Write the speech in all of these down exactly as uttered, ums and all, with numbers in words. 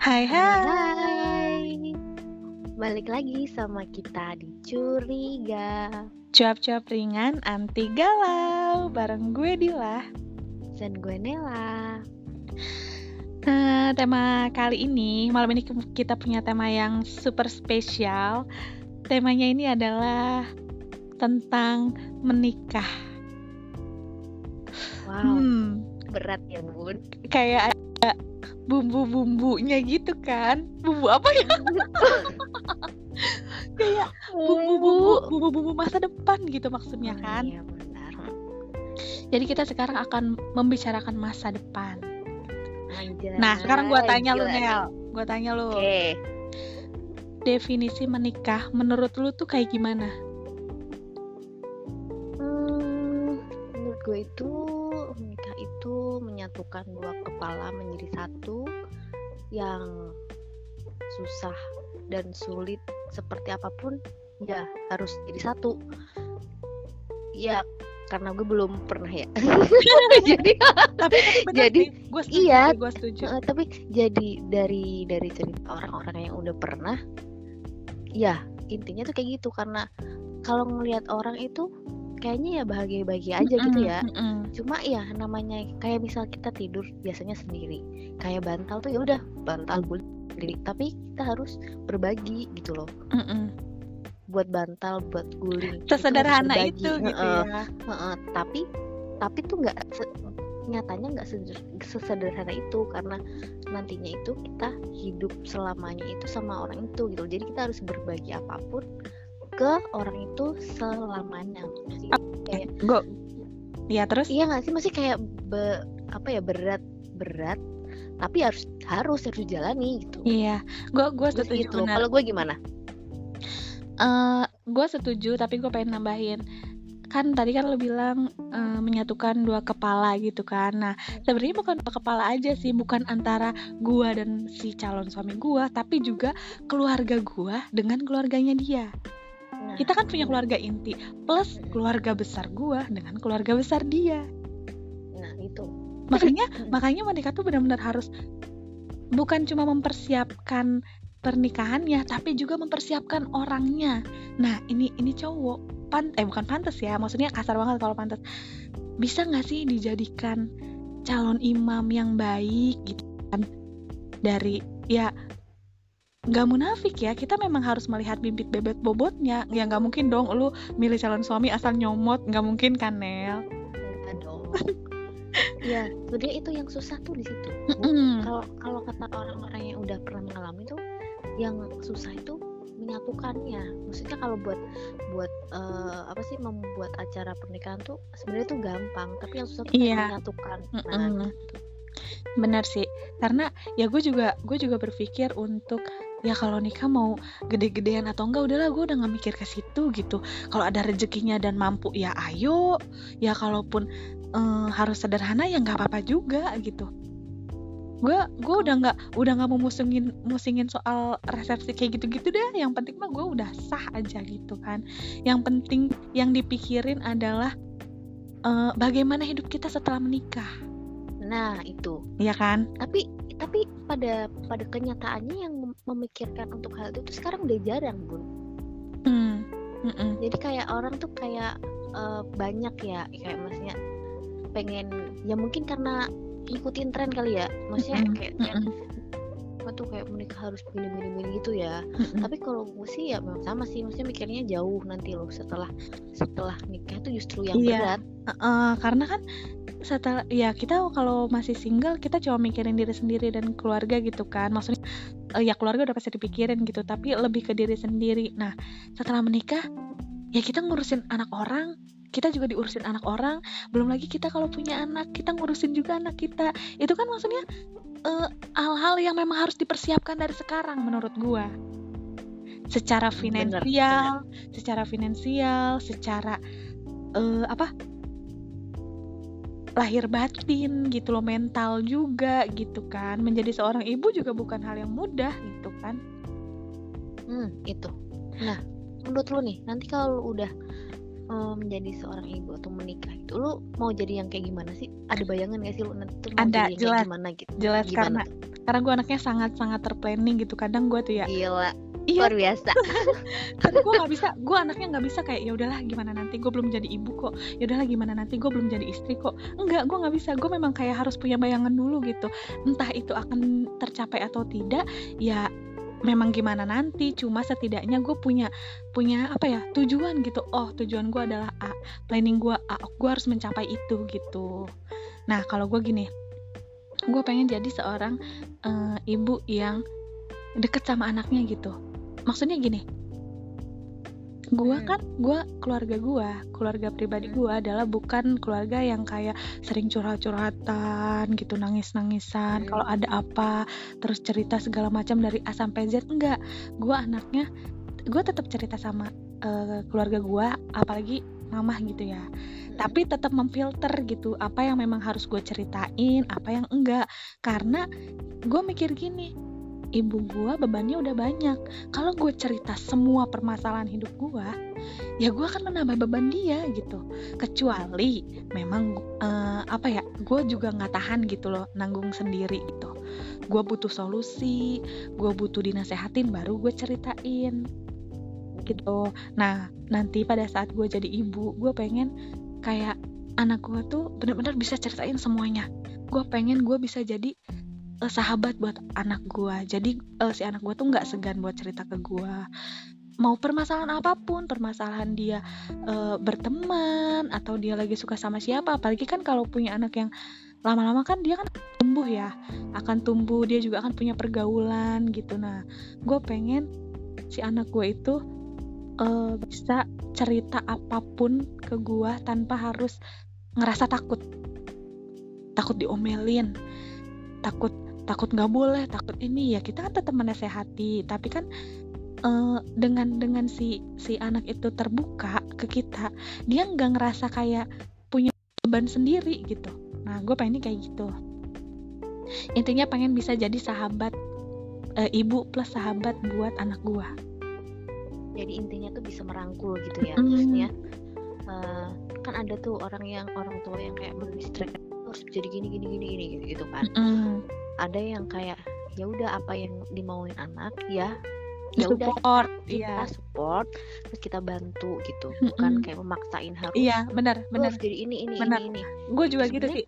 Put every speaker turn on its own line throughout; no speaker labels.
Hai
Hai
hai.
hai, balik lagi sama kita di Curiga
Cuap-cuap ringan anti galau bareng gue Dila.
dan gue Nela.
Nah, tema kali ini, malam ini kita punya tema yang super spesial. Temanya ini adalah tentang menikah.
Wow,
Hmm,
berat ya bun.
kayak ada bumbu-bumbunya gitu kan? Bumbu apa ya? Kayak bumbu-bumbu, bumbu-bumbu masa depan gitu maksudnya
Oh,
kan?
iya benar.
Jadi kita sekarang akan membicarakan masa depan.
Anjay,
Nah, sekarang gue tanya lu,
gila.
Nel. Gue tanya lu.
Oke,
Definisi menikah menurut lu tuh kayak gimana?
hmm, menurut gue itu menikah itu menyatukan dua kepala menjadi satu yang susah dan sulit seperti apapun ya harus jadi satu. Ya karena gue belum pernah ya. Jadi
Tapi benar
Jadi,
sih, gue setuju,
iya.
gue setuju.
uh, tapi jadi dari dari cerita orang-orang yang udah pernah, ya intinya tuh kayak gitu. Karena kalau ngelihat orang itu kayaknya ya bahagia-bahagia aja gitu ya.
Mm-mm.
Cuma ya namanya kayak misal kita tidur biasanya sendiri, kayak bantal tuh ya udah bantal boleh sendiri, tapi kita harus berbagi gitu loh.
Mm-mm.
Buat bantal, buat guling,
Sesederhana
harus
itu
berbagi.
gitu
Heeh,
ya.
heeh. Tapi tapi tuh nggak se- nyatanya nggak sesederhana itu, karena nantinya itu kita hidup selamanya itu sama orang itu gitu. Jadi kita harus berbagi apapun ke orang itu selamanya. Masih kayak
Gue, ya terus?
iya nggak sih, masih kayak be, apa ya berat berat tapi harus harus harus dijalani gitu.
Iya, gue gue
Terus
setuju
gitu.
benar.
Kalau gue gimana?
Uh, gue setuju, tapi gue pengen nambahin. Kan tadi kan lo bilang uh, menyatukan dua kepala gitu kan. Nah, sebenarnya bukan dua kepala aja sih, bukan antara gue dan si calon suami gue, tapi juga keluarga gue dengan keluarganya dia.
Nah,
Kita kan punya keluarga inti plus keluarga besar gue dengan keluarga besar dia.
nah itu
Makanya makanya menikah tuh benar-benar harus bukan cuma mempersiapkan pernikahannya, tapi juga mempersiapkan orangnya. Nah, ini ini cowok pan eh bukan pantas ya, maksudnya kasar banget kalau pantas. Bisa nggak sih dijadikan calon imam yang baik gitu kan? Dari ya nggak munafik ya, kita memang harus melihat bibit bebet bobotnya. Ya nggak mungkin dong lu milih calon suami asal nyomot, nggak mungkin kan, Nel?
enggak dong. Ya, sebenarnya itu yang susah tuh di situ.
Mm-mm.
Kalau kalau kata orang-orang yang udah pernah mengalami tuh, yang susah itu menyatukannya. Maksudnya kalau buat buat uh, apa sih membuat acara pernikahan tuh sebenarnya tuh gampang, tapi yang susah tuh kayak
Iya.
menyatukan.
Mm-mm.
Nah, gitu.
Benar sih, karena ya gue juga gue juga berpikir untuk ya kalau nikah mau gede-gedean atau enggak, udahlah gue udah nggak mikir ke situ gitu. Kalau ada rezekinya dan mampu ya ayo, ya kalaupun eh, harus sederhana ya nggak apa-apa juga gitu. Gue gue udah nggak udah nggak mau musingin musingin soal resepsi kayak gitu-gitu deh. Yang penting mah gue udah sah aja gitu kan. Yang penting yang dipikirin adalah eh, bagaimana hidup kita setelah menikah,
Nah, itu.
ya kan?
Tapi tapi pada pada kenyataannya yang mem- memikirkan untuk hal itu tuh sekarang udah jarang, Bun.
Hmm. Mm-mm.
Jadi kayak orang tuh kayak uh, banyak ya, kayak maksudnya pengen ya mungkin karena ngikutin tren kali ya. Maksudnya
Mm-mm.
kayak tren
Mm-mm.
apa tuh kayak menikah harus begini-begini gitu ya.
Mm-mm.
Tapi kalau gue sih ya memang sama sih, maksudnya mikirnya jauh nanti loh setelah setelah nikah itu justru yang
Iya.
berat.
Uh, karena kan setelah ya kita kalau masih single kita cuma mikirin diri sendiri dan keluarga gitu kan, maksudnya uh, ya keluarga udah pasti dipikirin gitu, tapi lebih ke diri sendiri. Nah, setelah menikah ya kita ngurusin anak orang, kita juga diurusin anak orang, belum lagi kita kalau punya anak kita ngurusin juga anak kita. Itu kan maksudnya uh, hal-hal yang memang harus dipersiapkan dari sekarang menurut gua, secara finansial,
bener.
secara finansial, secara uh, apa lahir batin gitu loh, mental juga gitu kan. Menjadi seorang ibu juga bukan hal yang mudah gitu kan.
Hmm, itu. Nah, menurut lu nih, nanti kalau lu udah um, menjadi seorang ibu atau menikah itu, lu mau jadi yang kayak gimana sih? Ada bayangan gak sih lu nanti tuh mau
Ada,
jadi yang
jelas.
kayak gimana gitu?
Jelas
Gimana
karena
tuh?
Karena gue anaknya sangat-sangat terplanning gitu. Kadang gue tuh ya,
Gila,
iya,
luar biasa.
karena gue nggak bisa, gue anaknya nggak bisa kayak ya udahlah gimana nanti, gue belum jadi ibu kok, ya udahlah gimana nanti, gue belum jadi istri kok. Enggak, gue nggak bisa, gue memang kayak harus punya bayangan dulu gitu, entah itu akan tercapai atau tidak, ya memang gimana nanti. Cuma setidaknya gue punya punya apa ya, tujuan gitu. Oh, tujuan gue adalah A, planning gue A, gue harus mencapai itu gitu. Nah kalau gue gini, gue pengen jadi seorang uh, ibu yang deket sama anaknya gitu. Maksudnya gini, gue
Hmm.
kan, gue keluarga gue, keluarga pribadi
Hmm.
gue adalah bukan keluarga yang kayak sering curhat-curhatan gitu, nangis-nangisan.
Hmm.
Kalau ada apa, terus cerita segala macam dari A sampai Z, enggak. Gue anaknya, gue tetap cerita sama uh, keluarga gue, apalagi mamah gitu ya.
Hmm.
Tapi tetap memfilter gitu, apa yang memang harus gue ceritain, apa yang enggak. Karena gue mikir gini, ibu gue bebannya udah banyak. Kalau gue cerita semua permasalahan hidup gue, ya gue akan menambah beban dia gitu. Kecuali memang uh, apa ya, gue juga nggak tahan gitu loh nanggung sendiri gitu. Gue butuh solusi, gue butuh dinasehatin, baru gue ceritain gitu. Nah nanti pada saat gue jadi ibu, gue pengen kayak anak gue tuh benar-benar bisa ceritain semuanya. Gue pengen gue bisa jadi Uh, sahabat buat anak gue. Jadi uh, si anak gue tuh nggak segan buat cerita ke gue. Mau permasalahan apapun, permasalahan dia uh, berteman atau dia lagi suka sama siapa. Apalagi kan kalau punya anak yang lama-lama kan dia kan tumbuh ya, akan tumbuh, dia juga akan punya pergaulan gitu. Nah, gue pengen si anak gue itu uh, bisa cerita apapun ke gue tanpa harus ngerasa takut, takut diomelin, takut takut nggak boleh, takut ini. Ya kita kan tetap menasehati, tapi kan uh, dengan dengan si si anak itu terbuka ke kita, dia nggak ngerasa kayak punya beban sendiri gitu. Nah gue pengen kayak gitu. Intinya pengen bisa jadi sahabat, uh, ibu plus sahabat buat anak gue.
Jadi intinya tuh bisa merangkul gitu ya.
Mm.
Maksudnya uh, kan ada tuh orang yang orang tua yang kayak mendistract, harus jadi gini gini gini gini gitu, gitu kan.
Mm.
Ada yang kayak ya udah apa yang dimauin anak ya ya udah
support,
kita
iya.
support, terus kita bantu gitu, bukan
Mm-mm.
kayak memaksain harus.
Iya benar benar.
Harus jadi ini ini
benar.
ini ini.
Gue juga gitu
Sebenarnya,
sih.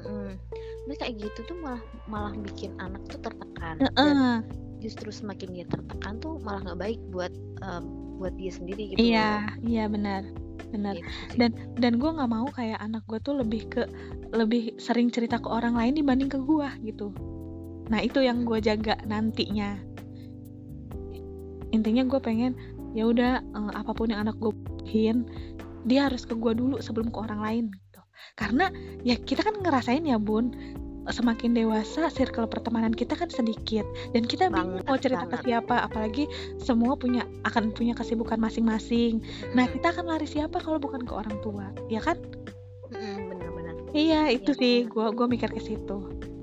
Nah kayak gitu tuh malah malah bikin anak tuh tertekan.
Uh-uh.
Dan justru semakin dia tertekan tuh malah nggak baik buat um, buat dia sendiri gitu.
Iya iya benar benar.
Gitu
dan dan gue nggak mau kayak anak gue tuh lebih ke lebih sering cerita ke orang lain dibanding ke gue gitu. Nah itu yang gue jaga nantinya. Intinya gue pengen ya udah eh, apapun yang anak gue butuhin, dia harus ke gue dulu sebelum ke orang lain gitu. Karena ya kita kan ngerasain ya Bun, semakin dewasa circle pertemanan kita kan sedikit dan kita bingung mau cerita
banget.
ke siapa, apalagi semua punya akan punya kesibukan masing-masing. Hmm. Nah kita akan lari siapa kalau bukan ke orang tua, ya kan?
Hmm, benar-benar.
Iya itu ya, sih gue gue mikir ke situ.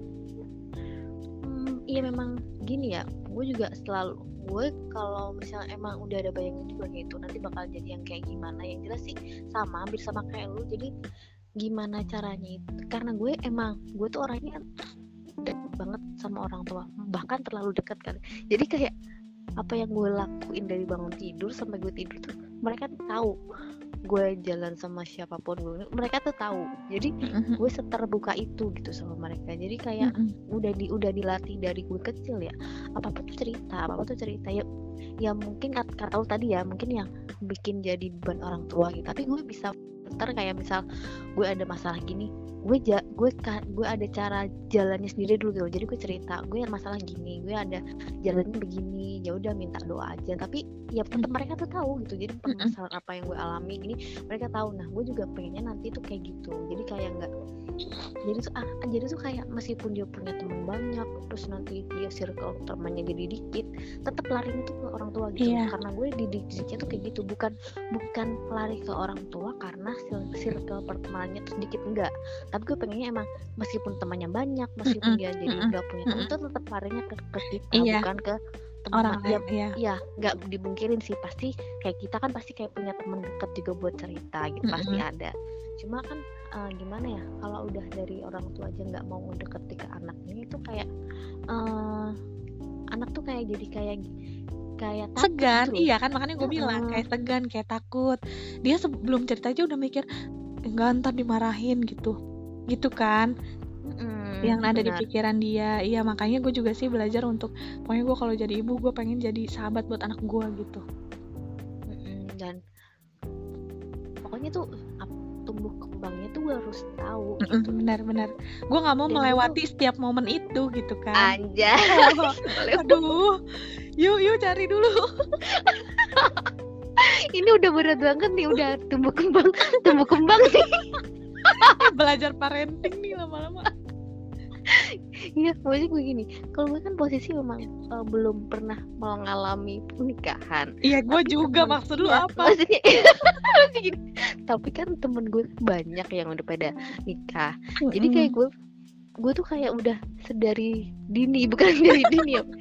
Hmm, iya memang gini ya, gue juga selalu gue kalau misalnya emang udah ada bayangan juga kayak itu nanti bakal jadi yang kayak gimana, yang jelas sih sama hampir sama kayak lu. Jadi gimana caranya itu, karena gue emang gue tuh orangnya dekat banget sama orang tua, bahkan terlalu dekat kan. Jadi kayak apa yang gue lakuin dari bangun tidur sampai gue tidur tuh mereka tuh tahu. Gue jalan sama siapapun gue, mereka tuh tahu. Jadi gue seterbuka itu gitu sama mereka. Jadi kayak mm-hmm. udah di udah dilatih dari gue kecil ya. Apa-apa tuh cerita, apa-apa tuh cerita ya. Ya mungkin kata lu tadi ya, mungkin yang bikin jadi beban orang tua gitu. Tapi gue bisa ntar kayak misal gue ada masalah gini, gue ja, gue gue ada cara jalannya sendiri dulu gitu. Jadi gue cerita, gue ada masalah gini, gue ada jalannya begini, ya udah minta doa aja. Tapi ya tetap mereka tuh tahu gitu. Jadi permasalahan apa yang gue alami ini mereka tahu. Nah gue juga pengennya nanti tuh kayak gitu. Jadi kayak nggak, jadi tuh ah, jadi tuh kayak meskipun dia punya teman banyak, terus nanti dia circle temannya jadi dikit, tetap larinya tuh ke orang tua gitu. Yeah. Karena gue dididiknya tuh kayak gitu, bukan bukan lari ke orang tua karena circle pertemanannya tuh sedikit, enggak. Tapi gue pengennya emang meskipun temannya banyak, meskipun mm-hmm. dia jadi nggak punya teman, tuh tetap larinya ke, ke kita, yeah. bukan ke teman
orang lain.
Ya, ya nggak dibungkirin sih, pasti kayak kita kan pasti kayak punya teman dekat juga buat cerita gitu, mm-hmm. pasti ada. Cuma kan uh, gimana ya, kalau udah dari orang tua aja nggak mau ngedeketi ke anaknya itu kayak uh, anak tuh kayak jadi kayak kayak takut
Segan,
gitu loh.
iya kan, makanya gue bilang
Mm-mm.
kayak segan, kayak takut. Dia sebelum cerita aja udah mikir, enggak ntar dimarahin gitu, gitu kan,
Mm-mm,
yang ada di
benar.
pikiran dia. Iya makanya gue juga sih belajar untuk, pokoknya gue kalau jadi ibu gue pengen jadi sahabat buat anak gue gitu.
Mm-mm, dan pokoknya tuh ap- tumbuh kembangnya tuh gue harus tahu
Mm-mm,
gitu.
benar-benar, gue nggak mau
Dan gue
melewati
tuh
setiap momen itu gitu kan.
anjay.
Oh,
Boleh.
aduh, yuk yuk cari dulu.
Ini udah berat banget nih, udah tumbuh kembang, tumbuh kembang sih.
Belajar parenting nih lama-lama.
Iya, maksudnya gue gini, kalau gue kan posisi memang uh, belum pernah mengalami pernikahan.
Iya gue
Tapi
juga,
temen-
maksud lu
iya,
apa?
Maksudnya, maksudnya gini, tapi kan temen gue banyak yang udah pada nikah. Jadi kayak gue, gue tuh kayak udah sedari dini, bukan dari dini ya.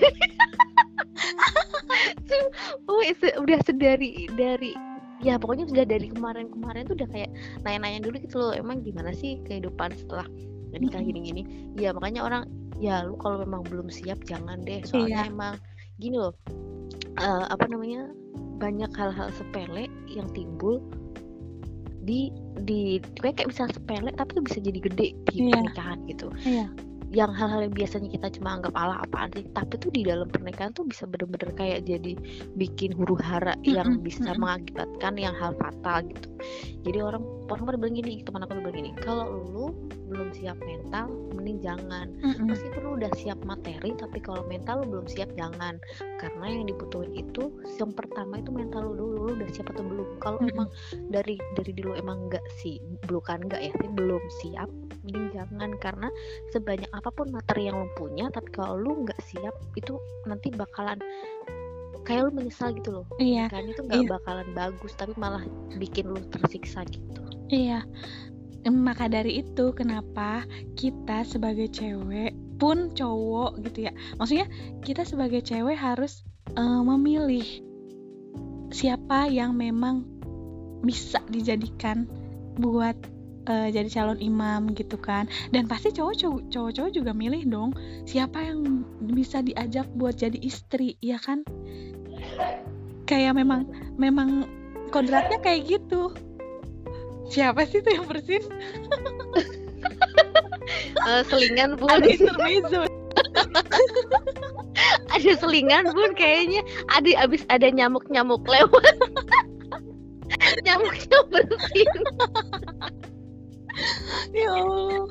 Oh, se- udah sedari dari ya pokoknya sudah dari kemarin-kemarin tuh udah kayak nanya-nanya dulu gitu loh, emang gimana sih kehidupan setelah nikah
Mm-mm.
gini-gini. Ya makanya orang, ya lu kalau memang belum siap jangan deh, soalnya
Iya.
emang gini loh, eh, apa namanya, banyak hal-hal sepele yang timbul di di kayak kayak bisa sepele tapi tuh bisa jadi gede di
Iya.
pernikahan gitu.
Iya.
Yang hal-hal yang biasanya kita cuma anggap ala apaan sih, tapi tuh di dalam pernikahan tuh bisa bener-bener kayak jadi bikin huru hara yang
Mm-mm,
bisa
mm-mm.
mengakibatkan yang hal fatal gitu. Jadi orang orang pada bilang gini, teman aku bilang gini, kalau lu belum siap mental mending jangan.
Mm-mm.
Meskipun lu udah siap materi, tapi kalau mental lu belum siap jangan, karena yang dibutuhin itu yang pertama itu mental lu dulu, lu udah siap atau belum. Kalau
Mm-mm.
emang dari dari dulu emang enggak sih, bukan enggak ya, tapi belum siap, mending jangan. Karena sebanyak apapun materi yang lu punya, tapi kalau lu nggak siap itu nanti bakalan kayak lu menyesal gitu loh.
Iya.
Kan itu nggak
Iya.
bakalan bagus, tapi malah bikin lu tersiksa gitu.
Iya. Maka dari itu kenapa kita sebagai cewek pun cowok gitu ya, maksudnya kita sebagai cewek harus uh, memilih siapa yang memang bisa dijadikan buat uh, jadi calon imam gitu kan. Dan pasti cowok cowok juga milih dong siapa yang bisa diajak buat jadi istri, ya kan? Kayak memang memang kodratnya kayak gitu. Siapa sih tuh yang bersin?
Uh, selingan bun.
Ada intermezzo.
Ada selingan bun, kayaknya ada abis ada nyamuk-nyamuk lewat. Nyamuknya bersin.
Ya Allah.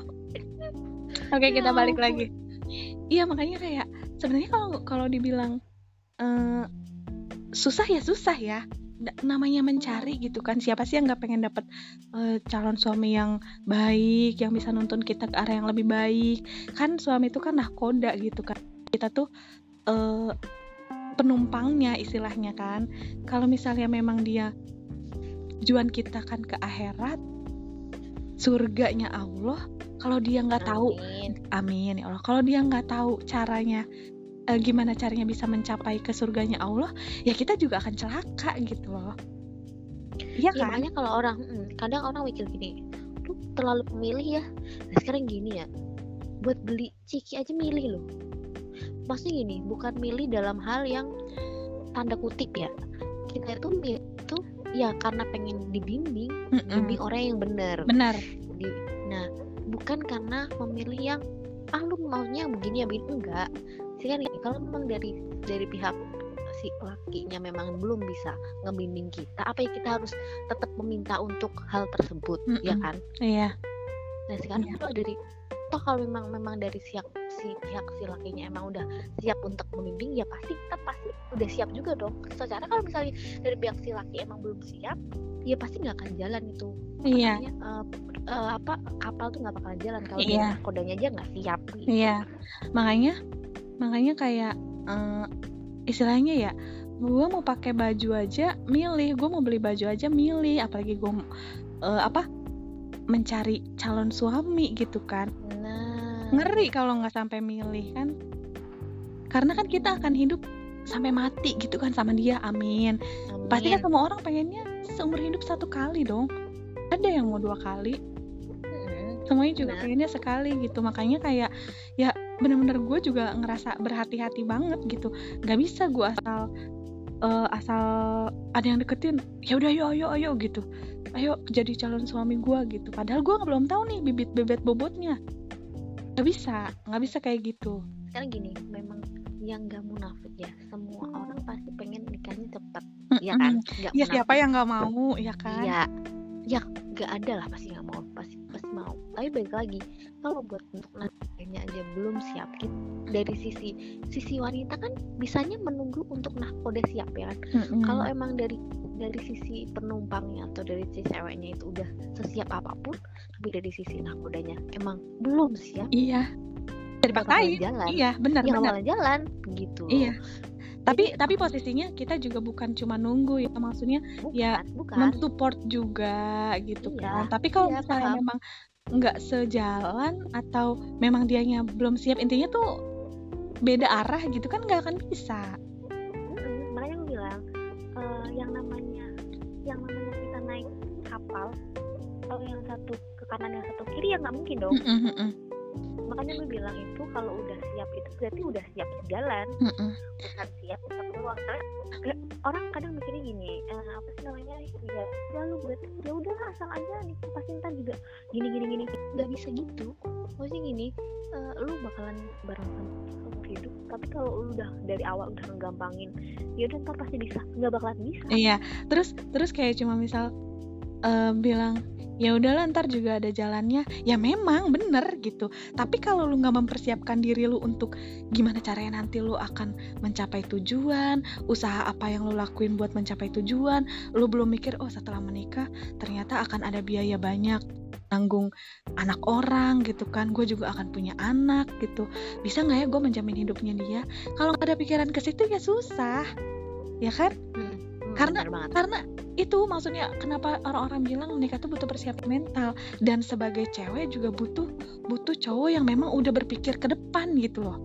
Oke, kita balik lagi. Iya, makanya kayak sebenarnya kalau kalau dibilang uh, susah ya susah ya. Namanya mencari gitu kan, siapa sih yang nggak pengen dapet uh, calon suami yang baik, yang bisa nuntun kita ke arah yang lebih baik kan. Suami itu kan nahkoda gitu kan, kita tuh uh, penumpangnya istilahnya kan. Kalau misalnya memang dia tujuan kita kan ke akhirat, surganya Allah, kalau dia nggak tahu, amin ya Allah, kalau dia nggak tahu caranya, Uh, gimana caranya bisa mencapai ke surganya Allah, ya kita juga akan celaka gitu loh. Iya
ya,
kan?
makanya kalau orang hmm, kadang orang mikir gini, lu terlalu pemilih ya. Nah sekarang gini ya, buat beli ciki aja milih loh. Maksudnya gini, bukan milih dalam hal yang tanda kutip ya. Kita itu milih itu ya karena pengen dibimbing,
Mm-mm.
bimbing orang yang benar.
Benar.
Di, nah bukan karena memilih yang ah lu maunya begini ya begini, enggak. Sekarang ini kalau memang dari dari pihak si lakinya memang belum bisa ngebimbing kita, apa ya kita harus tetap meminta untuk hal tersebut. Mm-mm. Ya kan?
Iya.
Nah sekarang kalau dari toh kalau memang memang dari siap si pihak si lakinya emang udah siap untuk membimbing, ya pasti kita pasti udah siap juga dong. Secara kalau misalnya dari pihak si laki emang belum siap, ya pasti nggak akan jalan itu.
Iya.
Namanya, uh, uh, apa kapal tuh nggak bakalan jalan kalau
iya.
dia kodanya aja nggak siap. Gitu.
Iya. Makanya makanya kayak uh, istilahnya ya, gue mau pakai baju aja milih, gue mau beli baju aja milih, apalagi gue uh, apa mencari calon suami gitu kan.
Nah,
ngeri kalau nggak sampai milih kan, karena kan kita akan hidup sampai mati gitu kan sama dia, amin, amin. Pasti kan semua orang pengennya seumur hidup satu kali dong, ada yang mau dua kali. semuanya juga
Benar.
pengennya sekali gitu. Makanya kayak ya bener-bener gue juga ngerasa berhati-hati banget gitu. Gak bisa gue asal eh, asal ada yang deketin, ya udah ayo ayo ayo gitu, ayo jadi calon suami gue gitu. Padahal gue belum tahu nih bibit bebet bobotnya. Gak bisa, nggak bisa kayak gitu.
Sekarang gini, memang yang nggak munafik ya, semua orang pasti pengen nikahnya cepat, ya
Mm-mm.
kan? Nggak
Ya siapa
munafik.
yang nggak mau, ya kan?
Iya, ya nggak ada lah pasti nggak mau, pasti pasti mau. Tapi balik lagi, kalau buat untuk nahkodanya aja belum siap, kita, dari sisi sisi wanita kan bisanya menunggu untuk nahkoda siap ya kan.
Mm-mm.
Kalau emang dari dari sisi penumpangnya atau dari sisi ceweknya itu udah sesiap apapun, tapi dari sisi nahkodanya emang belum siap,
Iya,
nggak bakalan
dipaksain.
jalan.
Iya, benar
Ya nggak
benar.
bakalan jalan gitu.
Iya. Tapi
Jadi
tapi posisinya kita juga bukan cuma nunggu ya, maksudnya ya
bukan, bukan.
mensupport juga gitu
Iya,
kan. Tapi kalau
iya,
misalnya
paham.
memang nggak sejalan atau memang dianya belum siap, intinya tuh beda arah gitu kan nggak akan bisa.
Mm-mm, makanya aku bilang eh, yang namanya yang namanya kita naik kapal, kalau yang satu ke kanan yang satu kiri ya nggak mungkin dong.
Mm-mm, mm-mm,
Makanya gue bilang itu kalau udah siap itu berarti udah siap jalan,
mm-mm.
bukan siap tetap doang. Karena ke- orang kadang mikirnya gini, eh, apa sih namanya, ya udah lu berarti ya udah asal aja nih pasti ntar juga gini gini gini, nggak bisa gitu. Maksudnya gini, eh, lu bakalan bareng sama seumur hidup, tapi kalau lu udah dari awal udah ngegampangin, ya udah ntar pasti bisa, nggak bakalan bisa.
Iya, terus terus kayak cuma misal eh, bilang ya udahlah ntar juga ada jalannya, ya memang bener gitu. Tapi kalau lu nggak mempersiapkan diri lu untuk gimana caranya nanti lu akan mencapai tujuan, usaha apa yang lu lakuin buat mencapai tujuan, lu belum mikir oh setelah menikah ternyata akan ada biaya banyak, tanggung anak orang gitu kan, gue juga akan punya anak gitu, bisa nggak ya gue menjamin hidupnya dia? Kalau nggak ada pikiran ke situ ya susah, ya kan?
Hmm, hmm,
Karena
benar banget.
karena itu maksudnya kenapa orang-orang bilang menikah tuh butuh persiapan mental, dan sebagai cewek juga butuh butuh cowok yang memang udah berpikir ke depan gitu loh.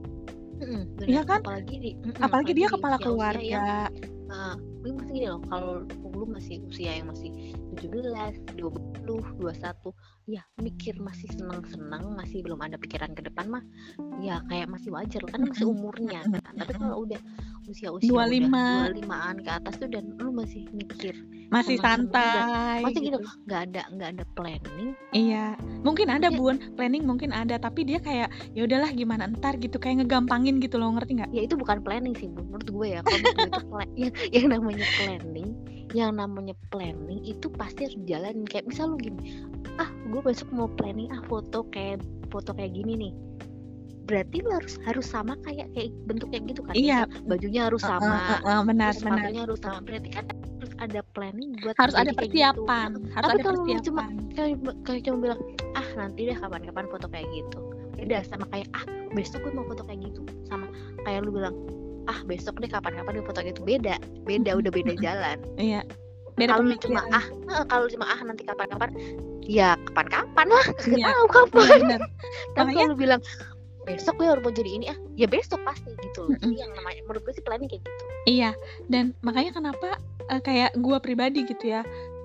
Mm-mm, benar.
Iya kan?
Apalagi di, mm-mm,
Apalagi dia
di
kepala
usia-usia yang
keluarga.
uh, gue masih gini loh, kalau lu masih usia yang masih tujuh belas, dua puluh, dua puluh satu, ya mikir masih senang-senang, masih belum ada pikiran ke depan mah, ya kayak masih wajar kan masih
Mm-mm,
umurnya
mm-mm,
kan. Tapi
mm-mm.
kalau udah usia-usia
dua
udah
puluh lima
dua puluh limaan ke atas tuh dan lu masih mikir
masih
senang-senang dan
santai
masih gitu,
gitu.
nggak ada nggak ada planning.
Iya, mungkin ada
Maksudnya
bun planning, mungkin ada, tapi dia kayak ya udahlah gimana ntar gitu, kayak ngegampangin gitu loh, ngerti nggak?
ya itu bukan planning sih Bu, menurut gue ya. Kalau menurut gue itu pla- yang, yang namanya planning yang namanya planning itu pasti harus dijalanin. Kayak misal lu gini, ah gue besok mau planning ah foto kayak foto kayak gini nih, berarti lu harus harus sama kayak kayak bentuk kayak gitu kan.
Iya,
Misal bajunya harus
uh, uh,
sama,
uh, uh, benar
terus
benar.
sepatunya harus sama, berarti kan harus ada planning buat
Harus ada
jadi kayak gitu.
persiapan, harus
Tapi
ada
kalau lu cuma
persiapan.
kayak kayak cuma bilang ah nanti deh kapan-kapan foto kayak gitu, beda sama kayak ah besok gue mau foto kayak gitu, sama kayak lu bilang ah besok deh kapan-kapan gue foto kayak gitu, beda beda udah beda jalan.
Iya, beda
Kalau lu cuma
pemikiran.
ah eh, kalau cuma ah nanti kapan-kapan, ya kapan-kapan lah, nggak
Iya,
tahu kapan.
iya benar.
Tapi
Makanya
kalau lu bilang besok gue harus mau jadi ini ah, ya besok pasti gitu loh.
mm-mm.
Jadi yang namanya menurut gue sih planning kayak gitu.
Iya, dan makanya kenapa eh, kayak gue pribadi gitu ya,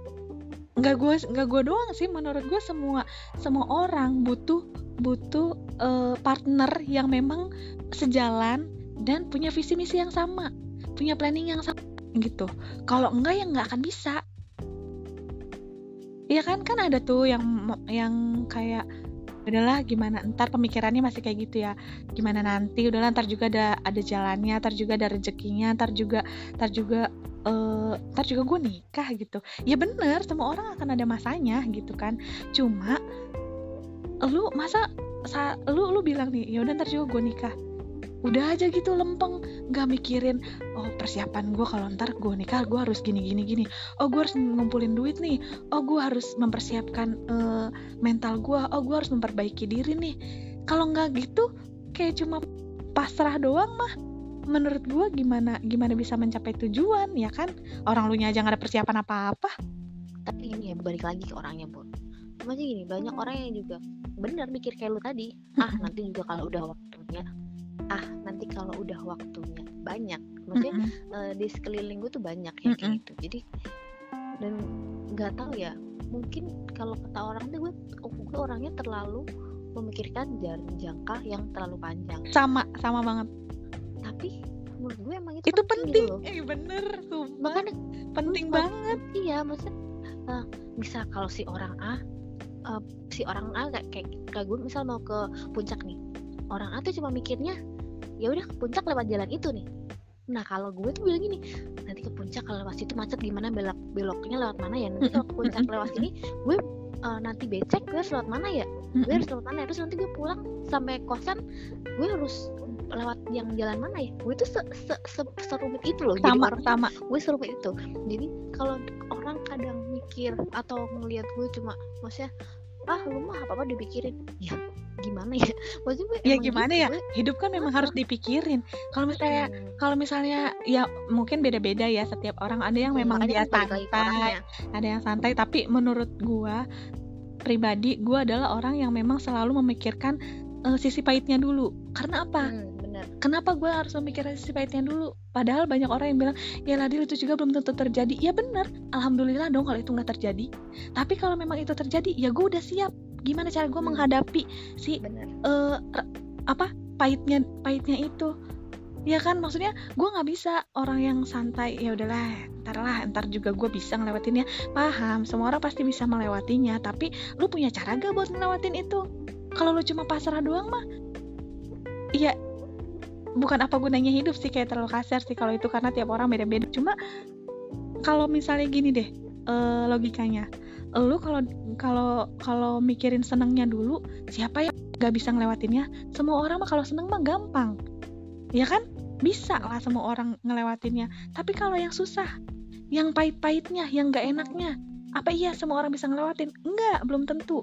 nggak gue nggak gue doang sih, menurut gue semua semua orang butuh butuh eh, partner yang memang sejalan dan punya visi misi yang sama, punya planning yang sama gitu. Kalau enggak ya nggak akan bisa. Iya kan, kan ada tuh yang yang kayak udahlah gimana ntar, pemikirannya masih kayak gitu ya, gimana nanti, udahlah ntar juga ada ada jalannya, ntar juga ada rezekinya, ntar juga ntar juga uh, ntar juga gue nikah gitu. Ya bener, semua orang akan ada masanya gitu kan. Cuma lu masa sa, lu lu bilang nih ya udah ntar juga gue nikah, udah aja gitu lempeng, nggak mikirin oh persiapan gue kalau ntar gue nikah gue harus gini gini gini, oh gue harus ngumpulin duit nih, oh gue harus mempersiapkan uh, mental gue, oh gue harus memperbaiki diri nih. Kalau nggak gitu kayak cuma pasrah doang mah, menurut gue gimana gimana bisa mencapai tujuan, ya kan? Orang lu nya aja nggak ada persiapan apa-apa.
Tapi ini ya balik lagi ke orangnya Bu. Maksudnya gini, banyak orang yang juga benar mikir kayak lu tadi, ah nanti juga kalau udah waktunya, ah nanti kalau udah waktunya banyak, maksudnya uh, di sekeliling gue tuh banyak ya kayak gitu. Jadi dan nggak tahu ya, mungkin kalau kata orang tuh gue gue orangnya terlalu memikirkan jarak jangka yang terlalu panjang.
Sama, sama banget.
Tapi menurut gue emang itu,
Itu
penting,
penting.
gitu loh.
Eh bener, sumpah.
Makanya
Penting
gue-
banget.
Iya, maksudnya uh, misal kalau si orang A uh, si orang A kayak kayak, kayak gue misal mau ke puncak nih. Orang A tuh cuma mikirnya ya udah ke puncak lewat jalan itu nih. Nah kalau gue tuh bilang gini, nanti ke puncak kalau lewat situ macet gimana, belok beloknya lewat mana ya, nanti kalau ke puncak lewat sini gue uh, nanti becek, gue harus lewat mana ya, gue harus lewat mana ya, terus nanti gue pulang sampai kosan gue harus lewat yang jalan mana ya, gue tuh se se se serumit itu loh. Jadi
Sama,
orang
sama.
gue serumit itu. Jadi kalau orang kadang mikir atau ngelihat gue cuma maksudnya ah lu mah apa apa dipikirin, ya gimana ya, maksudnya gue
Ya
emang
gimana
gitu,
ya,
gue
hidup kan memang harus dipikirin. Kalau misalnya
hmm,
kalau misalnya ya mungkin beda-beda ya setiap orang, ada yang memang
makanya
dia
kan balik lagi ke
santai,
orangnya.
ada yang santai, tapi menurut gua pribadi, gua adalah orang yang memang selalu memikirkan eh, sisi pahitnya dulu. Karena apa?
Hmm, bener.
Kenapa gue harus memikirkan sisi pahitnya dulu? Padahal banyak orang yang bilang, ya Ladil itu juga belum tentu terjadi. Ya benar, alhamdulillah dong kalau itu nggak terjadi. Tapi kalau memang itu terjadi, ya gue udah siap. Gimana cara gue
Hmm.
menghadapi si
Bener.
eh, r- apa pahitnya pahitnya itu? Ya kan, maksudnya gue nggak bisa orang yang santai. Ya udahlah, ntar lah, ntar juga gue bisa ngelewatinnya. Paham, semua orang pasti bisa melewatinya. Tapi lu punya cara gak buat ngelewatin itu? Kalau lu cuma pasrah doang mah, iya, bukan apa gunanya hidup sih, kayak terlalu kasar sih kalau itu, karena tiap orang beda-beda. Cuma kalau misalnya gini deh, eh, logikanya, lu kalau kalau kalau mikirin senengnya dulu, siapa yang gak bisa ngelewatinnya? Semua orang mah kalau seneng mah gampang, ya kan? Bisa lah semua orang ngelewatinnya. Tapi kalau yang susah, yang pahit-pahitnya, yang gak enaknya, apa iya semua orang bisa ngelewatin? Enggak, belum tentu.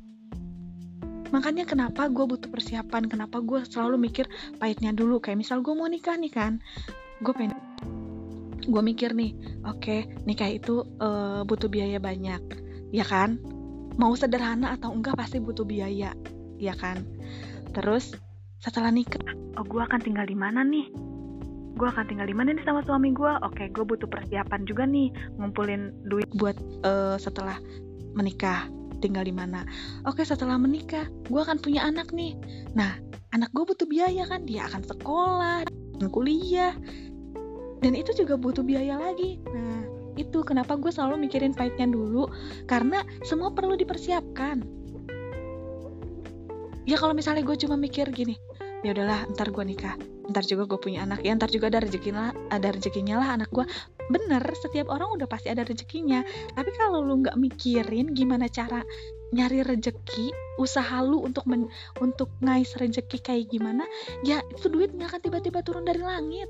Makanya kenapa gue butuh persiapan, kenapa gue selalu mikir pahitnya dulu. Kayak misal gue mau nikah nih kan, gue pengen, gue mikir nih, oke, nikah itu uh, butuh biaya banyak, ya kan? Mau sederhana atau enggak pasti butuh biaya, ya kan? Terus setelah nikah, oh gue akan tinggal di mana nih? Gue akan tinggal di mana nih sama suami gue? Oke, gue butuh persiapan juga nih, ngumpulin duit buat uh, setelah menikah. Tinggal di mana? Oke, setelah menikah, gue akan punya anak nih. Nah, anak gue butuh biaya kan? Dia akan sekolah, akan kuliah, dan itu juga butuh biaya lagi. Nah, itu kenapa gue selalu mikirin pahitnya dulu, karena semua perlu dipersiapkan. Ya kalau misalnya gue cuma mikir gini, ya udahlah, ntar gue nikah, ntar juga gue punya anak, ya ntar juga ada rezekinya, ada rezekinya lah anak gue. Bener, setiap orang udah pasti ada rezekinya. Tapi kalau lu nggak mikirin gimana cara nyari rezeki, usaha lu untuk men, untuk ngais rezeki kayak gimana, ya itu duit nggak akan tiba-tiba turun dari langit.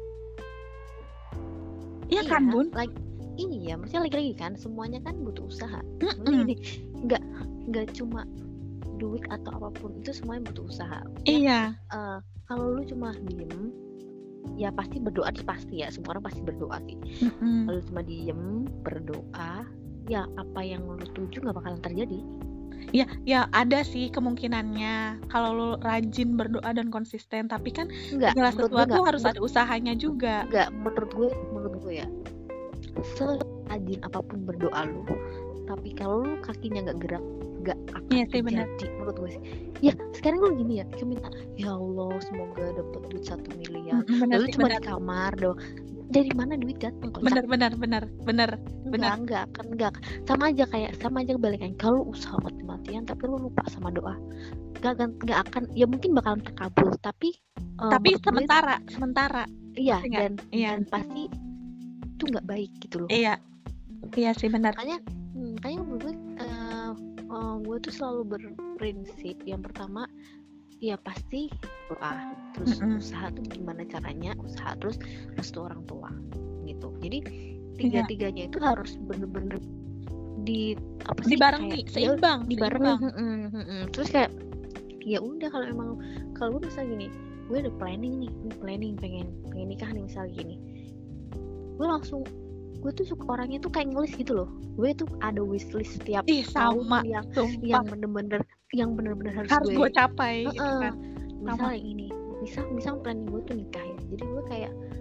Iya kan, Bun?
Like, iya, maksudnya lagi-lagi kan semuanya kan butuh usaha.
Mm-mm.
Maksudnya gini, nggak nggak cuma duit atau apapun, itu semuanya butuh usaha. Maksudnya,
Iya.
uh, kalau lu cuma diem, ya pasti berdoa sih, pasti ya, semua orang pasti berdoa sih.
Mm-mm.
Kalau cuma diem berdoa, ya apa yang lu tuju nggak bakalan terjadi.
Ya, ya ada sih kemungkinannya kalau lu rajin berdoa dan konsisten. Tapi kan
Nggak,
segala
menurut gue
sesuatu
nggak.
harus ada usahanya juga.
Nggak, menurut gue, menurut gue ya, serajin apapun berdoa lu, tapi kalau lu kakinya nggak gerak, nggak akan
Iya sih, benar.
terjadi menurut gue sih. Ya sekarang lu gini ya, cuma minta ya Allah semoga dapat duit satu miliar,
Mm-mm, benar
lalu
sih,
cuma
benar.
di kamar doang. Dari mana duit datang? Kok
Benar, benar, benar, benar.
enggak, enggak akan, enggak sama aja kayak sama aja balikan. Kalau lu usaha mati-matian tapi lu lupa sama doa, enggak akan, enggak akan, ya mungkin bakalan terkabul, tapi uh,
Tapi
menurut gue,
sementara, sementara.
iya,
Enggak,
dan
iya.
dan pasti itu nggak baik gitu loh.
Iya, iya sih benar.
Makanya, hmm, makanya menurut gue, uh, uh, gue tuh selalu berprinsip yang pertama, ya pasti doa, terus
Mm-mm.
usaha tuh gimana caranya, usaha terus restu orang tua gitu. Jadi
Iya.
tiga-tiganya itu harus bener-bener di apa sih,
Dibarengi,
kayak ya
seimbang,
dibarengi.
seimbang.
Mm-mm, mm-mm. Terus kayak ya udah, kalau emang kalau gue misalnya gini, gue udah planning nih, gue planning pengen pengen nikah nih misalnya gini, gue langsung, gue tuh suka orangnya tuh kayak ngelis gitu loh. Gue tuh ada wishlist setiap
Ih,
tahun
sama,
yang
sumpah.
yang bener-bener yang bener-bener harus,
Harus
gue
gue capai gitu
Heeh.
kan.
misal yang ini, misal misal planning gue tuh nikah ya, jadi gue kayak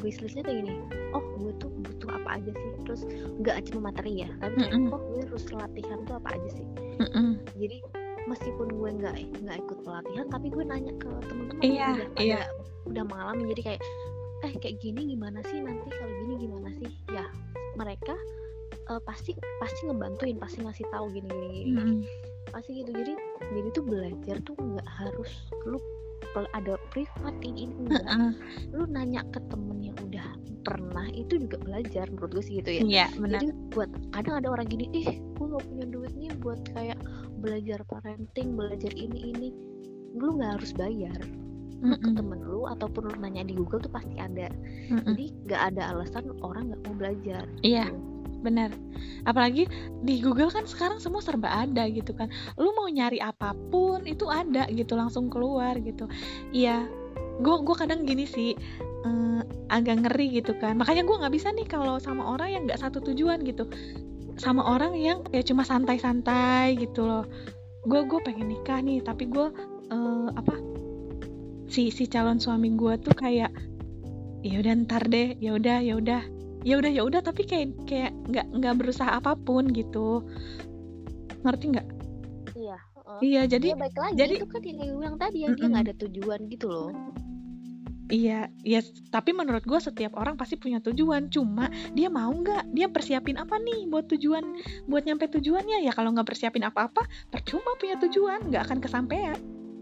wishlistnya kayak gini, oh gue tuh butuh apa aja sih, terus nggak cuma materi ya, tapi kayak
Mm-mm.
oh gue harus latihan tuh apa aja sih.
Mm-mm.
Jadi meskipun gue nggak nggak ikut pelatihan, tapi gue nanya ke teman-teman
Iya,
yang udah pada
iya.
udah mengalami, jadi kayak eh kayak gini gimana sih, nanti kalau gini gimana sih, ya mereka eh, pasti pasti ngebantuin, pasti ngasih tahu gini gini gini
Mm-mm.
pasti gitu. Jadi jadi tuh belajar tuh nggak harus lu pel- ada privat ini ini enggak,
Heeh.
lu nanya ke temen yang udah pernah itu juga belajar, menurut gue sih gitu ya.
Iya, benar.
Jadi buat kadang ada orang gini, ih gue nggak punya duit nih buat kayak belajar parenting, belajar ini ini, lu nggak harus bayar, lu ke
Mm-mm.
temen lu ataupun lu nanya di Google tuh pasti ada.
Mm-mm.
Jadi nggak ada alasan orang nggak mau belajar.
Iya,
gitu.
benar. Apalagi di Google kan sekarang semua serba ada gitu kan. Lu mau nyari apapun itu ada gitu, langsung keluar gitu. Iya, gue gue kadang gini sih, eh, agak ngeri gitu kan. Makanya gue nggak bisa nih kalau sama orang yang nggak satu tujuan gitu, sama orang yang ya cuma santai-santai gitu loh. Gue gue pengen nikah nih, tapi gue eh, apa si si calon suami gue tuh kayak ya udah ntar deh, ya udah ya udah ya udah ya udah tapi kayak kayak nggak nggak berusaha apapun gitu, ngerti nggak?
Iya. heeh.
Iya, jadi
Ya baik lagi
jadi
itu kan yang gue bilang tadi, yang dia
mm-mm.
nggak ada tujuan gitu loh.
Iya, ya tapi menurut gue setiap orang pasti punya tujuan, cuma dia mau nggak, dia persiapin apa nih buat tujuan, buat nyampe tujuannya. Ya kalau nggak persiapin apa-apa, percuma punya tujuan, nggak akan kesampaian,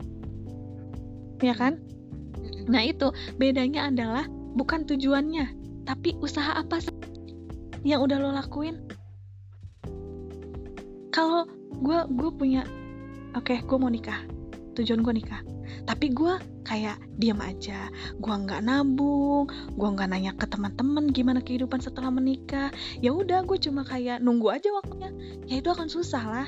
ya kan?
Mm-mm.
Nah itu bedanya adalah bukan tujuannya, tapi usaha apa sih yang udah lo lakuin. Kalau gue gue punya, oke gue mau nikah, tujuan gue nikah, tapi gue kayak diam aja, gue nggak nabung, gue nggak nanya ke teman-teman gimana kehidupan setelah menikah. Ya udah gue cuma kayak nunggu aja waktunya, ya itu akan susah lah,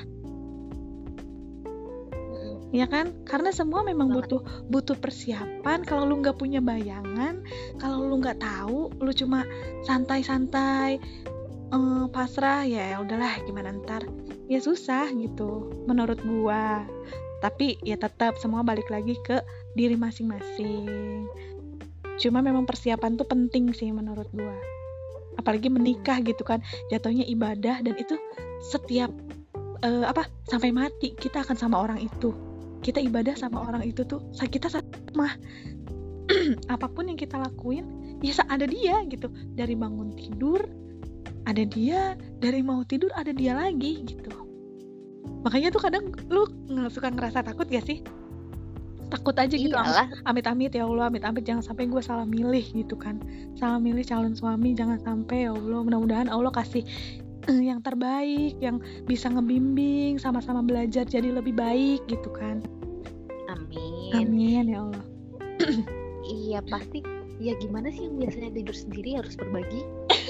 Mm-mm.
ya kan? Karena semua memang
Banget.
butuh butuh persiapan. Kalau lu nggak punya bayangan, kalau lu nggak tahu, lu cuma santai-santai, eh, pasrah, ya udahlah gimana ntar, ya susah gitu menurut gua. Tapi ya tetap semua balik lagi ke diri masing-masing. Cuma memang persiapan tuh penting sih menurut gua. Apalagi menikah gitu kan, jatuhnya ibadah, dan itu setiap eh, apa sampai mati kita akan sama orang itu. Kita ibadah sama orang itu tuh, sa- kita sama apapun yang kita lakuin, ya sa- ada dia gitu. Dari bangun tidur ada dia, dari mau tidur ada dia lagi gitu. Makanya tuh kadang lu nge- suka ngerasa takut gak sih? Takut aja gitu, am-
Iyalah.
amit-amit ya Allah, amit-amit jangan sampai gue salah milih gitu kan, salah milih calon suami, jangan sampai ya Allah. Mudah-mudahan Allah kasih eh, yang terbaik, yang bisa ngebimbing, sama-sama belajar jadi lebih baik gitu kan.
Amin.
Amin ya Allah.
Iya pasti. Ya gimana sih yang biasanya tidur sendiri harus berbagi?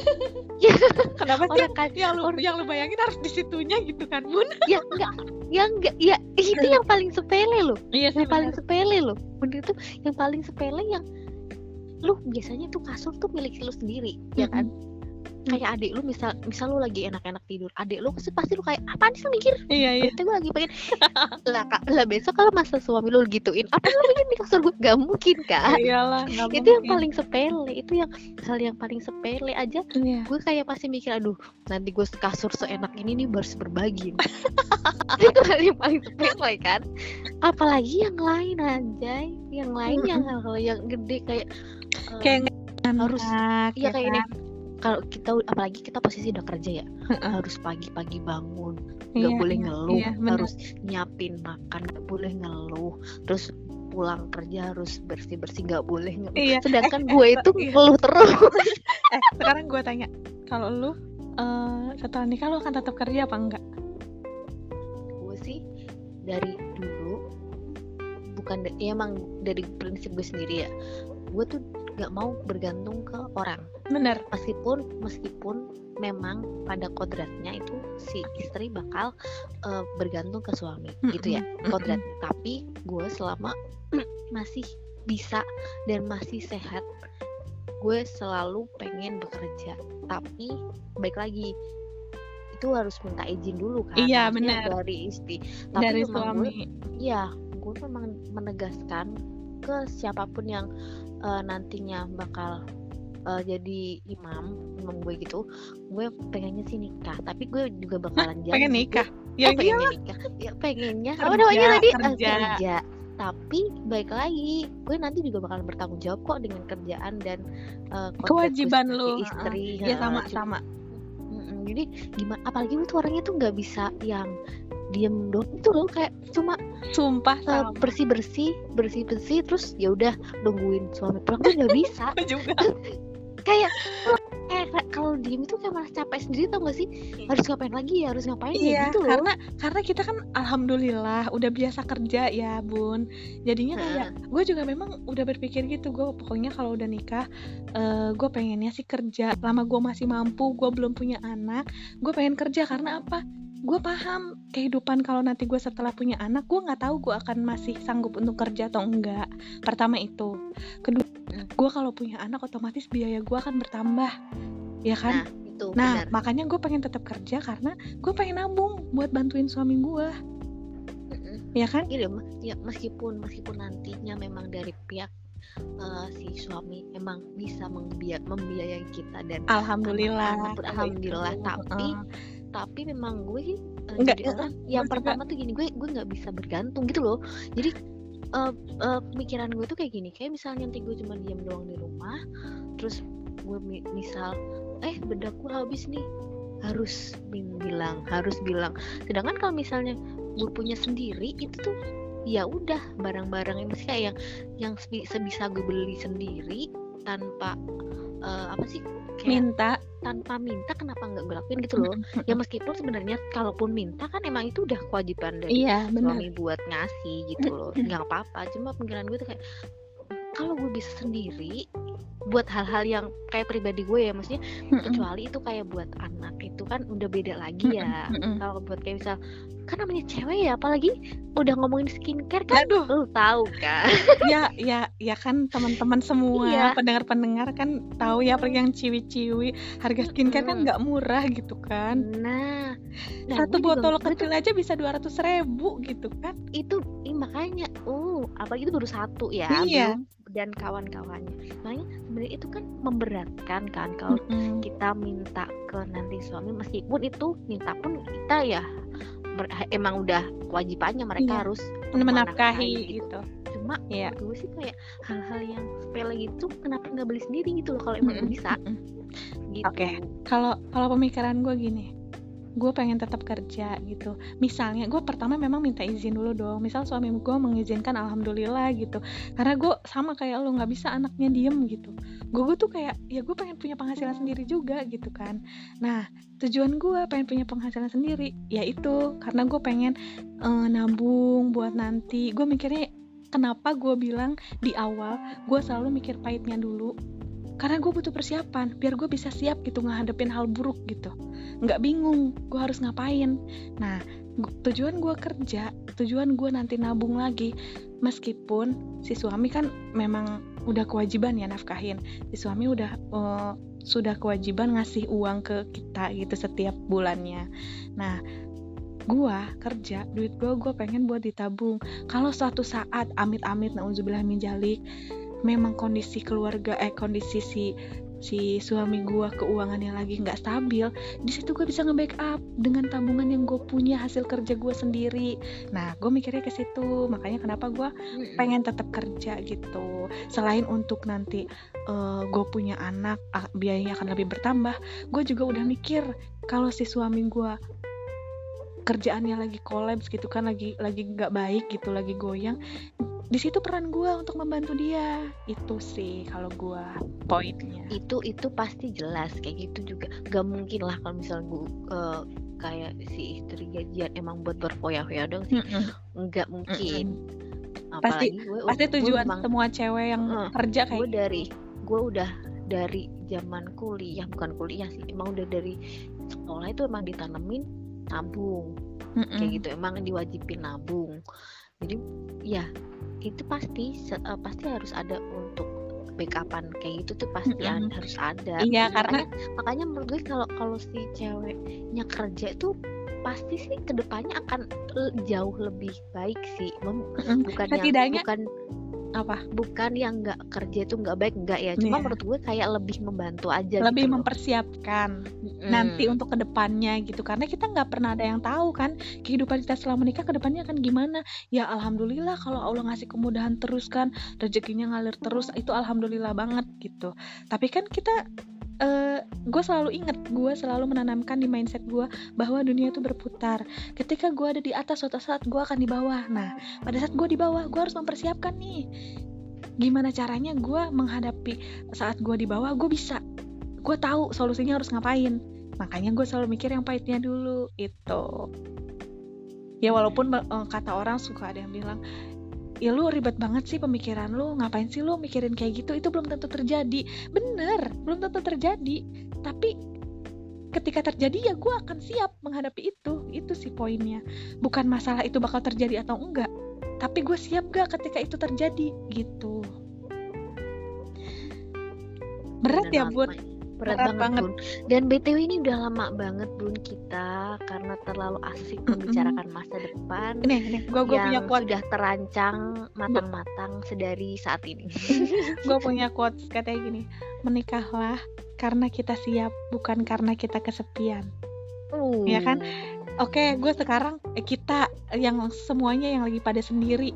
Kenapa sih
Orang kan
yang lu
orang
yang lu bayangin harus di situnya gitu kan, Bun?
ya enggak, ya enggak, ya itu yang paling sepele loh.
Iya sih,
Yang paling
benar.
sepele loh. Bener tuh yang paling sepele, yang lu biasanya tuh kasur tuh milik lu sendiri, ya kan? Kayak adik lu, misal misal lu lagi enak-enak tidur, adik lu pasti pasti lu kayak apaan sih lu mikir?
Iya iya.
Berarti gue lagi pengen lah, Kak, lah besok kalau masa suami lu gituin, apa lu pengen di kasur gue? Gak mungkin kan?
Iyalah, nggak
Itu yang
mungkin.
paling sepele, itu yang hal yang paling sepele aja.
Iya.
Gue kayak pasti mikir, aduh nanti gue kasur seenak ini nih harus berbagi. Itu hal yang paling sepele kan. Apalagi yang lain aja, yang lain yang hal-hal yang gede kayak eh,
Kayak
harus,
anak,
iya
ya
kayak
kan?
ini. Kalau kita, apalagi kita posisi udah kerja ya, harus pagi-pagi bangun, nggak
Iya,
boleh
iya,
ngeluh,
iya, benar.
harus nyiapin makan, nggak boleh ngeluh, terus pulang kerja harus bersih-bersih, nggak boleh ngeluh.
Iya.
Sedangkan
Eh,
gue
eh,
itu
iya.
ngeluh terus.
Eh, sekarang gue tanya, kalau lu eh, setelah nikah lu akan tetap kerja apa enggak?
Gue sih dari dulu bukan da- ya emang dari prinsip gue sendiri ya, gue tuh nggak mau bergantung ke orang.
Bener.
Meskipun meskipun memang pada kodratnya itu si istri bakal uh, bergantung ke suami,
Mm-mm,
gitu ya
mm-mm.
kodratnya. Tapi gue selama masih bisa dan masih sehat, gue selalu pengen bekerja. Tapi baik lagi itu harus minta izin dulu kan,
Iya,
maksudnya
benar.
dari istri. Tapi
Dari
memang gue,
suami.
iya gue memang menegaskan ke siapapun yang uh, nantinya bakal uh, jadi imam imam gue gitu, gue pengennya sih nikah, tapi gue juga bakalan janji
pengen nikah
gue,
ya
eh, pengennya
iyalah
nikah ya pengennya apa
kerja
namanya tadi Eh,
kerja
kerja, tapi baik lagi gue nanti juga bakalan bertanggung jawab kok dengan kerjaan dan uh, kodrat gue
kewajiban
sebagai
lu heeh.
istri.
Ya
Heeh,
sama
cuma
sama
mm-mm, jadi gimana, apalagi gue tuh orangnya tuh nggak bisa yang diem doang itu loh, kayak cuma
sumpah
uh,
sama
bersih bersih bersih bersih terus ya udah nungguin suami pulang tuh nggak bisa.
aku juga
Kayak eh kalau diem itu kayak malah capek sendiri, tau gak sih, harus ngapain lagi ya harus ngapain ya
iya
gitu loh.
karena karena kita kan alhamdulillah udah biasa kerja ya bun, jadinya kayak
Heeh.
gue juga memang udah berpikir gitu, gue pokoknya kalau udah nikah eh, gue pengennya sih kerja lama gue masih mampu, gue belum punya anak, gue pengen kerja karena apa, gue paham kehidupan kalau nanti gue setelah punya anak, gue nggak tahu gue akan masih sanggup untuk kerja atau enggak. Pertama itu, kedua
Mm.
gue kalau punya anak otomatis biaya gue akan bertambah, ya
Nah
kan?
itu
Nah
benar.
makanya gue pengen tetap kerja karena gue pengen nabung buat bantuin suami gue,
Mm-mm.
ya kan?
Gini loh, ya meskipun meskipun nantinya memang dari pihak uh, si suami emang bisa membia- membiayai kita dan
Alhamdulillah
anak-anak pun
kalau
alhamdulillah,
itu,
tapi
heeh.
tapi memang gue uh,
Enggak,
jadi
heeh,
orang
gue
yang
juga
pertama tuh gini, gue gue nggak bisa bergantung gitu loh. Jadi uh, uh, pemikiran gue tuh kayak gini, kayak misalnya nanti gue cuma diam doang di rumah, terus gue mi- misal eh bedaku habis nih, harus bin- bilang harus bilang. Sedangkan kalau misalnya gue punya sendiri itu tuh ya udah barang-barang yang mesti kayak yang yang sebi- sebisa gue beli sendiri tanpa uh, apa sih kayak
minta
tanpa minta, kenapa nggak gue lakuin gitu loh. Ya meskipun sebenarnya kalaupun minta kan emang itu udah kewajiban dari
iya benar
suami buat ngasih gitu loh, nggak apa-apa. Cuma pikiran gue tuh kayak kalau gue bisa sendiri buat hal-hal yang kayak pribadi gue ya, maksudnya kecuali itu kayak buat anak itu kan udah beda lagi ya. Kalau buat kayak misal kan namanya cewek ya, apalagi udah ngomongin skincare kan,
aduh
lu tahu kan.
ya ya ya kan teman-teman semua
Iya.
pendengar-pendengar kan tahu ya apalagi yang ciwi-ciwi harga skincare kan
Mm-mm.
nggak murah gitu kan,
Nah, nah
satu
gue juga
botol
gue tuh
kecil aja bisa dua ratus ribu gitu kan.
itu ih, makanya oh apalagi itu baru satu ya,
Iya.
belum dan kawan-kawannya. Makanya sebenarnya itu kan memberatkan kan kalau
Mm-mm.
kita minta ke nanti suami, meskipun itu minta pun kita ya ber- emang udah kewajibannya mereka
Iya.
harus
menafkahi
gitu.
gitu.
Cuma
Iya.
gue sih kayak hal-hal yang sepele gitu kenapa nggak beli sendiri gitu loh kalau emang gue
Mm-mm.
bisa
Mm-mm.
gitu.
Oke. Kalau kalau pemikiran gue gini, gue pengen tetap kerja gitu. Misalnya gue pertama memang minta izin dulu dong. Misal suami gue mengizinkan, alhamdulillah gitu. Karena gue sama kayak lo, nggak bisa anaknya diem gitu. Gue gue tuh kayak ya gue pengen punya penghasilan sendiri juga gitu kan. Nah tujuan gue pengen punya penghasilan sendiri, yaitu karena gue pengen eh, nabung buat nanti. Gue mikirnya kenapa gue bilang di awal gue selalu mikir pahitnya dulu. Karena gue butuh persiapan biar gue bisa siap gitu ngadepin hal buruk gitu, nggak bingung gue harus ngapain. Nah gu- tujuan gue kerja, tujuan gue nanti nabung lagi, meskipun si suami kan memang udah kewajiban ya nafkahin, si suami udah uh, sudah kewajiban ngasih uang ke kita gitu setiap bulannya. Nah gue kerja, duit gue gue pengen buat ditabung. Kalau suatu saat amit-amit nauzubillah min dzalik memang kondisi keluarga eh kondisi si si suami gue keuangannya lagi nggak stabil, di situ gue bisa nge-backup dengan tabungan yang gue punya hasil kerja gue sendiri. Nah gue mikirnya ke situ, makanya kenapa gue
Mm-mm.
pengen tetap kerja gitu. Selain untuk nanti uh, gue punya anak, ah, biayanya akan lebih bertambah, gue juga udah mikir kalau si suami gue kerjaannya lagi kolaps gitu kan, lagi lagi nggak baik gitu, lagi goyang, di situ peran gue untuk membantu dia. Itu sih kalau gue poinnya.
itu itu pasti jelas kayak gitu juga. Gak mungkin lah kalau misalnya gue uh, kayak si istri gajian emang buat berfoya-foya dong sih, nggak mungkin.
Pasti
Apalagi gue
pasti
gue
tujuan
memang
semua cewek yang
uh,
kerja
gue
kayak
dari gue udah dari zaman kuliah, bukan kuliah sih, emang udah dari sekolah itu emang ditanemin nabung
Mm-mm.
kayak gitu, emang diwajibin nabung. Jadi ya itu pasti se- uh, pasti harus ada untuk backupan kayak gitu tuh pasti
Mm-mm.
ada, harus ada.
Iya, karena
makanya makanya menurut gue kalau kalau si ceweknya kerja itu pasti sih kedepannya akan l- jauh lebih baik sih. Mem-
mm-mm,
bukan yang
setidaknya
bukan
Apa?
Bukan yang nggak kerja itu nggak baik, nggak ya. Cuma
Iya.
menurut gue kayak lebih membantu aja
Lebih
gitu loh.
mempersiapkan
Mm-mm.
nanti untuk kedepannya gitu, karena kita nggak pernah ada yang tahu kan kehidupan kita setelah menikah kedepannya akan gimana. Ya alhamdulillah kalau Allah ngasih kemudahan terus kan, rezekinya ngalir terus, itu alhamdulillah banget gitu. Tapi kan kita uh, gue selalu inget, gue selalu menanamkan di mindset gue bahwa dunia itu berputar. Ketika gue ada di atas, suatu saat gue akan di bawah. Nah pada saat gue di bawah, gue harus mempersiapkan nih gimana caranya gue menghadapi saat gue di bawah. Gue bisa, gue tahu solusinya harus ngapain. Makanya gue selalu mikir yang pahitnya dulu itu. Ya walaupun uh, kata orang suka ada yang bilang, ya lu ribet banget sih pemikiran lu, ngapain sih lu mikirin kayak gitu, itu belum tentu terjadi. Bener, belum tentu terjadi. Tapi ketika terjadi ya gue akan siap menghadapi itu. Itu sih poinnya. Bukan masalah itu bakal terjadi atau enggak, tapi gue siap gak ketika itu terjadi gitu. Berat
Bener
ya
banget,
Bun.
Mai. Berat,
Berat
banget,
banget.
Bun. Dan B T W ini udah lama banget Bun kita karena terlalu asik membicarakan masa depan
Nih, nih, gue gue punya
yang
quote.
sudah terancang matang-matang sedari saat ini.
Gue punya quotes katanya gini, menikahlah karena kita siap, bukan karena kita kesepian.
Uh.
Ya kan? Oke, gue sekarang eh, kita yang semuanya yang lagi pada sendiri,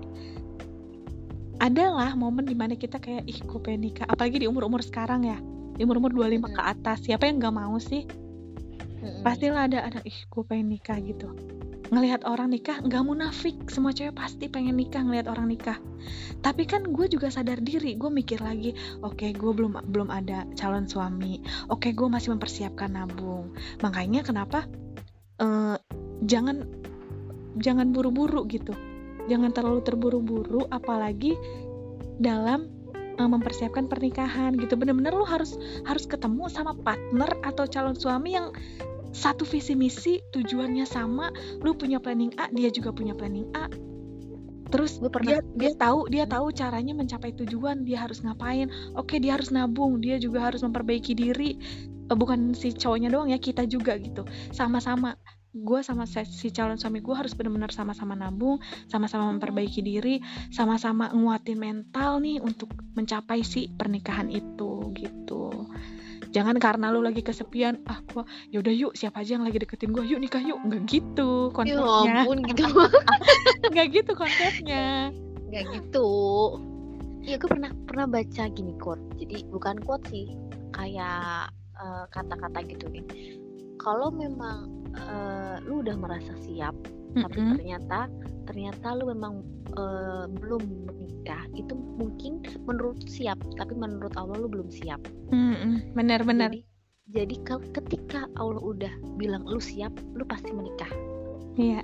adalah momen dimana kita kayak ih gue pengen nikah, apalagi di umur-umur sekarang ya, di umur-umur dua puluh lima ke atas. Siapa yang gak mau sih?
Mm-mm.
Pastilah ada ada ih gue pengen nikah gitu. Ngelihat orang nikah nggak munafik, semua cewek pasti pengen nikah ngelihat orang nikah. Tapi kan gue juga sadar diri, gue mikir lagi, oke okay, gue belum belum ada calon suami, oke okay, gue masih mempersiapkan nabung. Makanya kenapa uh, jangan jangan buru-buru gitu, jangan terlalu terburu-buru, apalagi dalam uh, mempersiapkan pernikahan gitu. Bener-bener lo harus harus ketemu sama partner atau calon suami yang satu visi misi, tujuannya sama, lu punya planning A, dia juga punya planning A. Terus
Gue pernah,
dia dia tahu dia tahu caranya mencapai tujuan, dia harus ngapain. Oke, dia harus nabung, dia juga harus memperbaiki diri. Uh, bukan si cowoknya doang ya, kita juga gitu. Sama-sama. Gue sama si calon suami gue harus benar-benar sama-sama nabung, sama-sama memperbaiki diri, sama-sama nguatin mental nih untuk mencapai si pernikahan itu gitu. Jangan karena lu lagi kesepian, ah gua yaudah yuk siapa aja yang lagi deketin gue, yuk nikah yuk. Nggak gitu konsepnya.
Ya ampun gitu.
Nggak gitu konsepnya.
Nggak gitu. Iya, gue pernah pernah baca gini quote. Jadi bukan quote sih, kayak uh, kata-kata gitu nih. Kalau memang uh, lu udah merasa siap, mm-hmm. tapi ternyata ternyata lu memang uh, belum menikah, itu mungkin menurut siap, tapi menurut Allah lu belum siap.
Mm-hmm. Benar-benar.
Jadi, jadi ketika Allah udah bilang lu siap, lu pasti menikah.
Iya.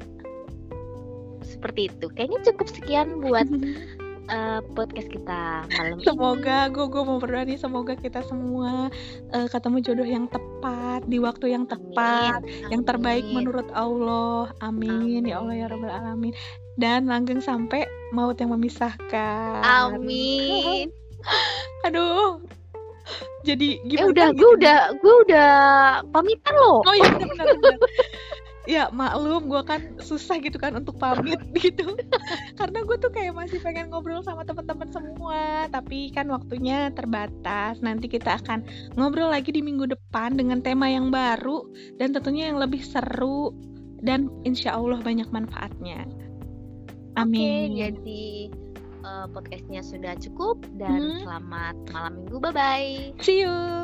Seperti itu. Kayaknya cukup sekian buat uh, podcast kita malam ini.
Semoga gue gue mau berdoa nih, semoga kita semua uh, ketemu jodoh yang tepat di waktu yang tepat, Amin. Yang terbaik
Amin.
menurut Allah. Amin. Amin ya Allah ya Rabbal Alamin. Dan langgeng sampai maut yang memisahkan.
Amin.
Aduh. Jadi gimana?
Eh udah, gue udah, gue udah pamitan loh.
Oh iya benar-benar. Ya maklum, gue kan susah gitu kan untuk pamit gitu. Karena gue tuh kayak masih pengen ngobrol sama teman-teman semua, tapi kan waktunya terbatas. Nanti kita akan ngobrol lagi di minggu depan dengan tema yang baru dan tentunya yang lebih seru dan insya Allah banyak manfaatnya. Amin.
Oke, jadi uh, podcastnya sudah cukup dan hmm. selamat malam minggu. Bye bye.
See you.